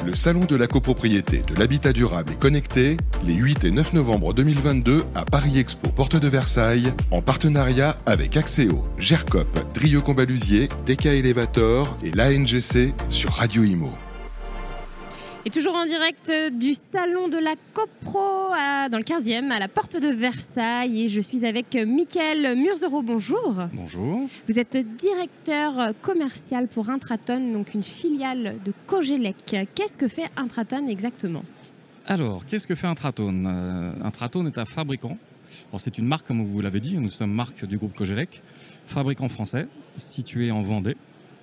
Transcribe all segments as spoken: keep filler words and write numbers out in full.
Le salon de la copropriété, de l'habitat durable et connecté, les huit et neuf novembre deux mille vingt-deux à Paris Expo, porte de Versailles, en partenariat avec Axéo, Gercop, Drieux Combalusier, D K Elevator et l'A N G C sur Radio Imo. Et toujours en direct du salon de la CoPro à, dans le quinzième, à la porte de Versailles. Et je suis avec Mickaël Murzero. Bonjour. Bonjour. Vous êtes directeur commercial pour Intraton, donc une filiale de Cogelec. Qu'est-ce que fait Intraton exactement ? Alors, qu'est-ce que fait Intraton ? euh, Intraton est un fabricant. Alors, c'est une marque, comme vous l'avez dit. Nous sommes marque du groupe Cogelec, fabricant français, situé en Vendée,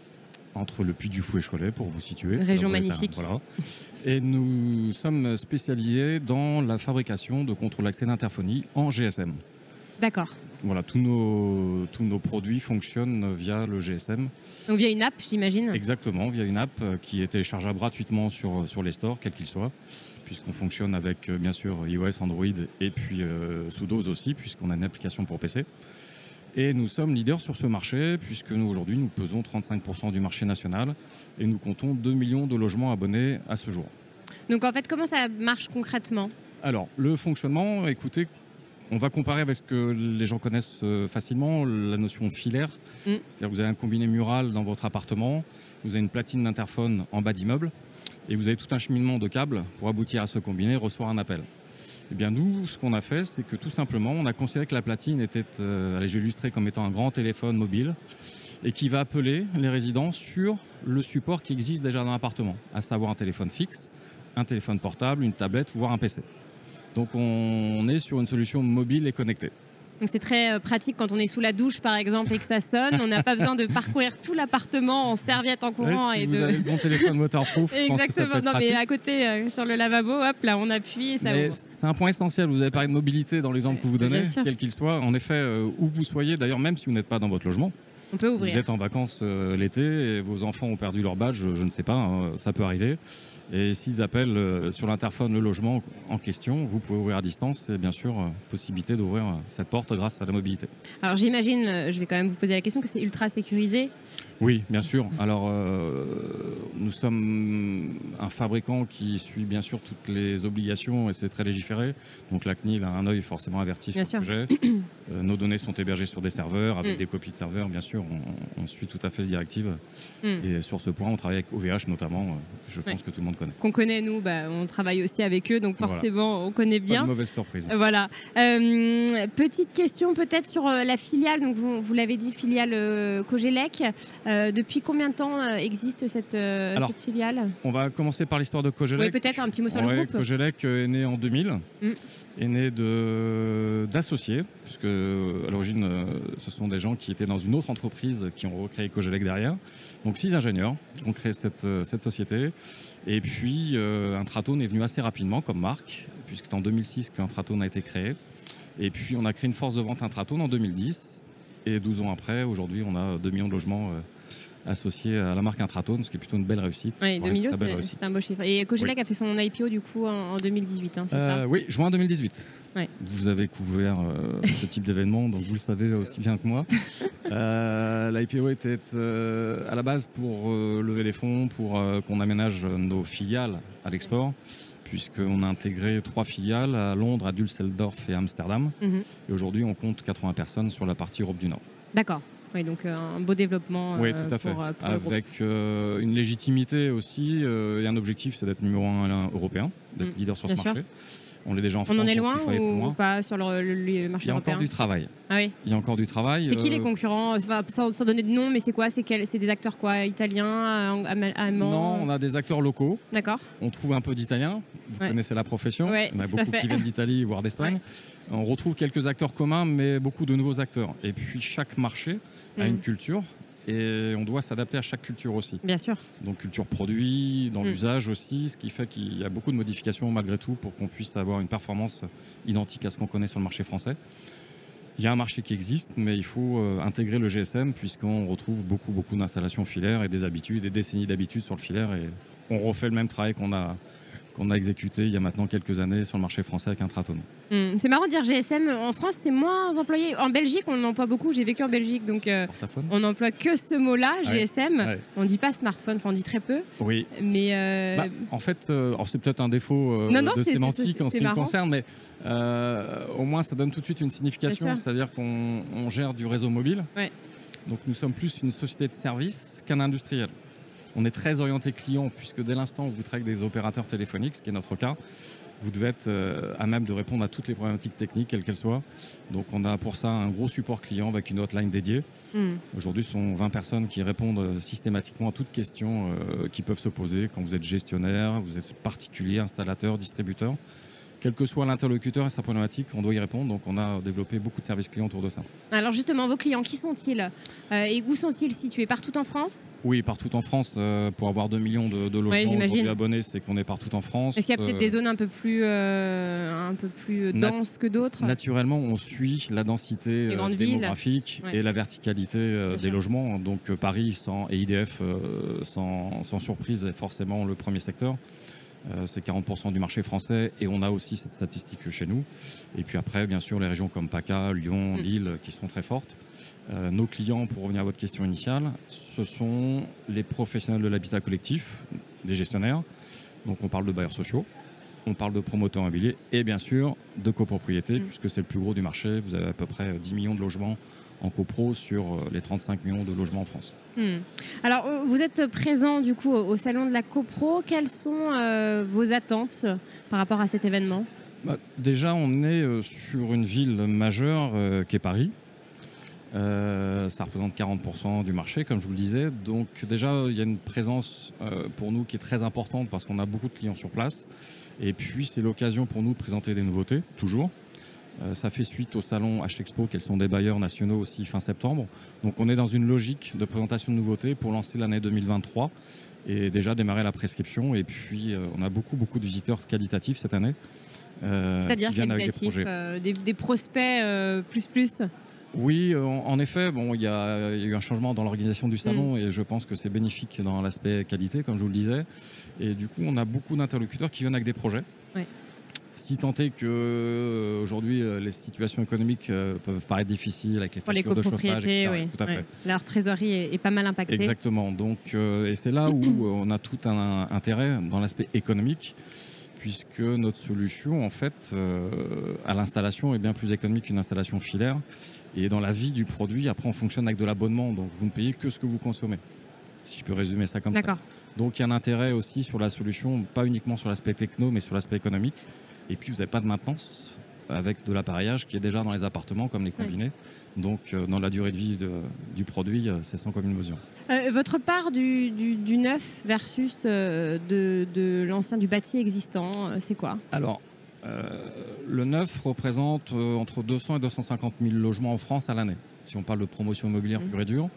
entre le Puy-du-Fou et Cholet, pour vous situer. Une région magnifique. Un, voilà. Et nous sommes spécialisés dans la fabrication de contrôle d'accès d'interphonie en G S M. D'accord. Voilà, tous nos, tous nos produits fonctionnent via le G S M. Donc via une app, j'imagine ? Exactement, via une app qui est téléchargeable gratuitement sur, sur les stores, quels qu'ils soient, puisqu'on fonctionne avec, bien sûr, iOS, Android et puis euh, sous dose aussi, puisqu'on a une application pour P C. Et nous sommes leaders sur ce marché, puisque nous, aujourd'hui, nous pesons trente-cinq pour cent du marché national et nous comptons deux millions de logements abonnés à ce jour. Donc, en fait, comment ça marche concrètement ? Alors, le fonctionnement, écoutez, on va comparer avec ce que les gens connaissent facilement, la notion filaire. Mm. C'est-à-dire que vous avez un combiné mural dans votre appartement, vous avez une platine d'interphone en bas d'immeuble et vous avez tout un cheminement de câbles pour aboutir à ce combiné et recevoir un appel. Eh bien, nous, ce qu'on a fait, c'est que tout simplement, on a considéré que la platine était, euh, allez, je vais l'illustrer comme étant un grand téléphone mobile et qui va appeler les résidents sur le support qui existe déjà dans l'appartement, à savoir un téléphone fixe, un téléphone portable, une tablette, voire un P C. Donc, on est sur une solution mobile et connectée. Donc c'est très euh, pratique quand on est sous la douche, par exemple, et que ça sonne. On n'a pas besoin de parcourir tout l'appartement en serviette en courant. Ouais, si et vous de... avez le bon téléphone waterproof, je pense que ça peut être non, pratique. mais à côté, euh, sur le lavabo, hop, là, on appuie et ça mais ouvre. C'est un point essentiel. Vous avez parlé de mobilité dans l'exemple que vous donnez, quel qu'il soit. En effet, euh, où vous soyez, d'ailleurs, même si vous n'êtes pas dans votre logement, on peut ouvrir. Vous êtes en vacances euh, l'été et vos enfants ont perdu leur badge, je, je ne sais pas, hein, ça peut arriver. Et s'ils appellent euh, sur l'interphone le logement en question, vous pouvez ouvrir à distance et bien sûr, euh, possibilité d'ouvrir euh, cette porte grâce à la mobilité. Alors j'imagine, euh, je vais quand même vous poser la question, que c'est ultra sécurisé. Oui, bien sûr. Alors, euh, nous sommes un fabricant qui suit bien sûr toutes les obligations et c'est très légiféré. Donc la C N I L a un œil forcément averti bien sur sûr. le sujet. Euh, nos données sont hébergées sur des serveurs avec mm. des copies de serveurs. Bien sûr, on, on suit tout à fait les directives. Mm. Et sur ce point, on travaille avec O V H notamment. Euh, je pense ouais. que tout le monde connaît. Qu'on connaît, nous, bah, on travaille aussi avec eux. Donc forcément, voilà. On connaît bien. Pas de mauvaise surprise. Euh, voilà. Euh, petite question peut-être sur euh, la filiale. Donc vous, vous l'avez dit, filiale euh, Cogelec. Euh, depuis combien de temps euh, existe cette, euh, Alors, cette filiale ? On va commencer par l'histoire de Cogelec. Oui, peut-être un petit mot sur ouais, le groupe. Cogelec est né en deux mille, mm. est né de, d'associés, puisque à l'origine, euh, ce sont des gens qui étaient dans une autre entreprise qui ont recréé Cogelec derrière. Donc six ingénieurs qui ont créé cette, cette société. Et puis, euh, Intraton est venu assez rapidement comme marque, puisque c'est en deux mille six qu'Intraton a été créé. Et puis, on a créé une force de vente Intraton en deux mille dix. Et douze ans après, aujourd'hui, on a deux millions de logements euh, associé à la marque Intraton, ce qui est plutôt une belle réussite. Oui, deux millions, c'est, c'est un beau chiffre. Et Cogelec oui. a fait son I P O du coup en, en deux mille dix-huit, hein, c'est euh, ça ? Oui, juin deux mille dix-huit. Ouais. Vous avez couvert euh, ce type d'événement, donc vous le savez aussi bien que moi. euh, L'I P O était euh, à la base pour euh, lever les fonds, pour euh, qu'on aménage nos filiales à l'export, puisqu'on a intégré trois filiales à Londres, à Düsseldorf et à Amsterdam. Mm-hmm. Et aujourd'hui, on compte quatre-vingts personnes sur la partie Europe du Nord. D'accord. Oui, donc euh, un beau développement. Oui, tout à fait. Pour, pour Avec euh, une légitimité aussi euh, et un objectif, c'est d'être numéro un européen, d'être mmh. leader sur Bien ce sûr. marché. On est déjà en On France. en est loin ou, ou pas sur le, le, le marché européen ? Il y a européen. encore du travail. Ah oui. Il y a encore du travail. C'est qui euh... les concurrents ? Enfin, sans, sans donner de nom, mais c'est quoi ? C'est, quel, c'est des acteurs quoi ? Italiens, allemands ? Non, on a des acteurs locaux. D'accord. On trouve un peu d'Italiens. Vous ouais. connaissez la profession. Ouais, on a beaucoup qui viennent d'Italie, voire d'Espagne. Ouais. On retrouve quelques acteurs communs, mais beaucoup de nouveaux acteurs. Et puis chaque marché mmh. a une culture. Et on doit s'adapter à chaque culture aussi. Bien sûr. Donc culture produit, dans mmh. l'usage aussi, ce qui fait qu'il y a beaucoup de modifications malgré tout pour qu'on puisse avoir une performance identique à ce qu'on connaît sur le marché français. Il y a un marché qui existe, mais il faut euh, intégrer le G S M puisqu'on retrouve beaucoup, beaucoup d'installations filaires et des habitudes, des décennies d'habitudes sur le filaire. Et on refait le même travail qu'on a, qu'on a exécuté il y a maintenant quelques années sur le marché français avec Intraton. Mmh, c'est marrant de dire G S M. En France, c'est moins employé. En Belgique, on en emploie beaucoup. J'ai vécu en Belgique, donc euh, on n'emploie que ce mot-là, G S M. Ouais. Ouais. On ne dit pas smartphone, enfin, on dit très peu. Oui. Mais euh... bah, en fait, euh, c'est peut-être un défaut euh, non, non, de sémantique en ce qui me concerne, mais euh, au moins ça donne tout de suite une signification. C'est-à-dire qu'on on gère du réseau mobile. Ouais. Donc nous sommes plus une société de service qu'un industriel. On est très orienté client puisque dès l'instant où vous travaillez avec des opérateurs téléphoniques, ce qui est notre cas, vous devez être euh, à même de répondre à toutes les problématiques techniques, quelles qu'elles soient. Donc on a pour ça un gros support client avec une hotline dédiée. Mmh. Aujourd'hui, ce sont vingt personnes qui répondent systématiquement à toutes questions euh, qui peuvent se poser quand vous êtes gestionnaire, vous êtes particulier, installateur, distributeur. Quel que soit l'interlocuteur et sa problématique, on doit y répondre. Donc, on a développé beaucoup de services clients autour de ça. Alors, justement, vos clients, qui sont-ils euh, et où sont-ils situés? Partout en France? Oui, partout en France. Euh, pour avoir deux millions de, de logements aujourd'hui abonnés, c'est qu'on est partout en France. Est-ce qu'il y a peut-être euh, des zones un peu plus, euh, un peu plus denses Nat- que d'autres? Naturellement, on suit la densité euh, démographique ouais. et la verticalité euh, des sûr. logements. Donc, euh, Paris sans, et I D F, euh, sans, sans surprise, est forcément le premier secteur. Euh, c'est quarante pour cent du marché français et on a aussi cette statistique chez nous. Et puis après, bien sûr, les régions comme PACA, Lyon, mmh. Lille, qui sont très fortes. Euh, nos clients, pour revenir à votre question initiale, ce sont les professionnels de l'habitat collectif, des gestionnaires. Donc on parle de bailleurs sociaux, on parle de promoteurs immobiliers et bien sûr de copropriété, mmh. puisque c'est le plus gros du marché. Vous avez à peu près dix millions de logements en copro sur les trente-cinq millions de logements en France. Hmm. Alors, vous êtes présent du coup au salon de la copro. Quelles sont euh, vos attentes par rapport à cet événement? bah, Déjà, on est euh, sur une ville majeure euh, qui est Paris. Euh, ça représente quarante pour cent du marché, comme je vous le disais. Donc déjà, il y a une présence euh, pour nous qui est très importante parce qu'on a beaucoup de clients sur place. Et puis, c'est l'occasion pour nous de présenter des nouveautés, toujours. Euh, ça fait suite au salon H-Expo, quels sont des bailleurs nationaux aussi fin septembre. Donc on est dans une logique de présentation de nouveautés pour lancer l'année deux mille vingt-trois et déjà démarrer la prescription. Et puis euh, on a beaucoup, beaucoup de visiteurs qualitatifs cette année. Euh, C'est-à-dire qualitatifs, des, euh, des, des prospects euh, plus plus Oui, en, en effet, bon, il y, y a eu un changement dans l'organisation du salon mmh. et je pense que c'est bénéfique dans l'aspect qualité, comme je vous le disais. Et du coup, on a beaucoup d'interlocuteurs qui viennent avec des projets. Oui. Si tant est qu'aujourd'hui, euh, les situations économiques euh, peuvent paraître difficiles avec les Pour factures les de chauffage, et cetera. Oui, tout à oui. fait. Leur trésorerie est, est pas mal impactée. Exactement. Donc, euh, et c'est là où on a tout un intérêt dans l'aspect économique, puisque notre solution, en fait, euh, à l'installation est bien plus économique qu'une installation filaire. Et dans la vie du produit, après, on fonctionne avec de l'abonnement. Donc, vous ne payez que ce que vous consommez, si je peux résumer ça comme D'accord. ça. Donc, il y a un intérêt aussi sur la solution, pas uniquement sur l'aspect techno, mais sur l'aspect économique. Et puis, vous n'avez pas de maintenance avec de l'appareillage qui est déjà dans les appartements, comme les combinés. Oui. Donc, euh, dans la durée de vie de, du produit, euh, c'est sans commune mesure. Euh, votre part du, du, du neuf versus euh, de, de l'ancien, du bâti existant, euh, c'est quoi? Alors, euh, le neuf représente euh, entre deux cents et deux cent cinquante mille logements en France à l'année, si on parle de promotion immobilière mmh. pure et dure.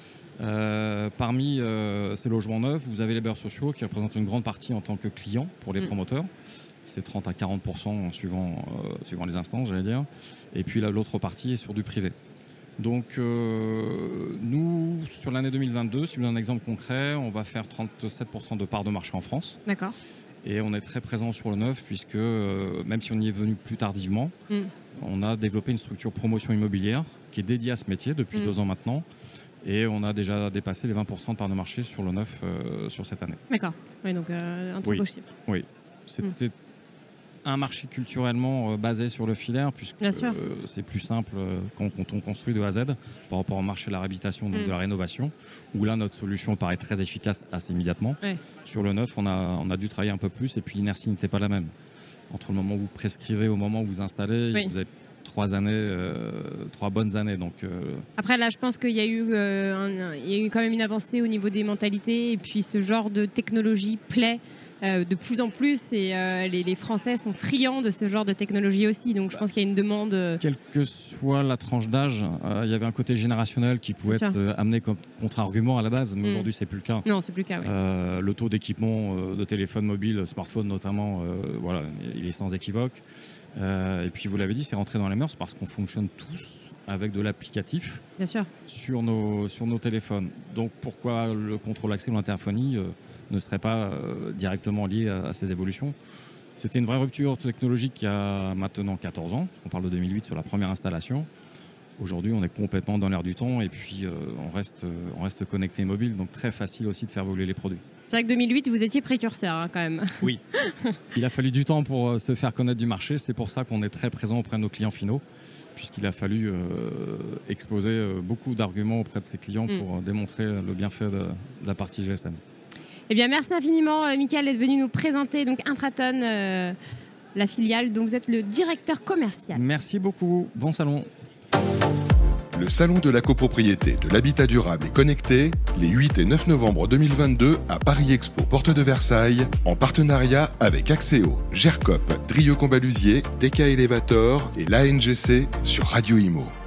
Euh, parmi euh, ces logements neufs, vous avez les bailleurs sociaux qui représentent une grande partie en tant que clients pour les mmh. promoteurs. C'est trente à quarante pour cent suivant, euh, suivant les instances, j'allais dire. Et puis là, l'autre partie est sur du privé. Donc, euh, nous, sur l'année deux mille vingt-deux, si vous voulez un exemple concret, on va faire trente-sept pour cent de part de marché en France. D'accord. Et on est très présent sur le neuf, puisque euh, même si on y est venu plus tardivement, mm. on a développé une structure promotion immobilière qui est dédiée à ce métier depuis mm. deux ans maintenant. Et on a déjà dépassé les vingt pour cent de part de marché sur le neuf euh, sur cette année. D'accord. Oui, donc euh, un très oui. beau chiffre. Oui. C'était... Mm. un marché culturellement euh, basé sur le filaire, puisque euh, c'est plus simple euh, quand, quand on construit de A à Z par rapport au marché de la réhabilitation, donc mm. de la rénovation, où là notre solution paraît très efficace assez immédiatement. Ouais. Sur le neuf, on a, on a dû travailler un peu plus et puis l'inertie n'était pas la même. Entre le moment où vous prescrivez au moment où vous installez, oui. vous avez trois années, euh, trois bonnes années. Donc, euh... Après là, je pense qu'il y a eu, euh, un, il y a eu quand même une avancée au niveau des mentalités et puis ce genre de technologie plaît. Euh, de plus en plus et euh, les, les Français sont friands de ce genre de technologie aussi, donc je pense qu'il y a une demande. Euh... Quelle que soit la tranche d'âge, euh, il y avait un côté générationnel qui pouvait Bien être euh, amené comme contre-argument à la base, mais mmh. aujourd'hui c'est plus le cas. Non, c'est plus le cas. Oui. Euh, le taux d'équipement euh, de téléphone mobile, smartphone notamment, euh, voilà, il est sans équivoque. Euh, et puis vous l'avez dit, c'est rentré dans les mœurs parce qu'on fonctionne tous avec de l'applicatif Bien sûr. sur nos, sur nos téléphones. Donc pourquoi le contrôle accès ou l'intéréphonie euh, ne serait pas euh, directement lié à, à ces évolutions? C'était une vraie rupture technologique il y a maintenant quatorze ans, parce qu'on parle de deux mille huit sur la première installation. Aujourd'hui, on est complètement dans l'air du temps et puis euh, on, reste, euh, on reste connecté mobile, donc très facile aussi de faire voler les produits. C'est vrai que deux mille huit, vous étiez précurseur hein, quand même. Oui, il a fallu du temps pour euh, se faire connaître du marché. C'est pour ça qu'on est très présent auprès de nos clients finaux, puisqu'il a fallu euh, exposer euh, beaucoup d'arguments auprès de ses clients mm. pour euh, démontrer le bienfait de, de la partie G S M. Eh bien, merci infiniment, euh, Michael, d'être venu nous présenter donc Intraton, euh, la filiale dont vous êtes le directeur commercial. Merci beaucoup. Bon salon. Le salon de la copropriété, de l'habitat durable et connecté, les huit et neuf novembre deux mille vingt-deux à Paris Expo Porte de Versailles, en partenariat avec Axéo, Gercop, Drieux Combalusier, D K Elevator et l'A N G C sur Radio Imo.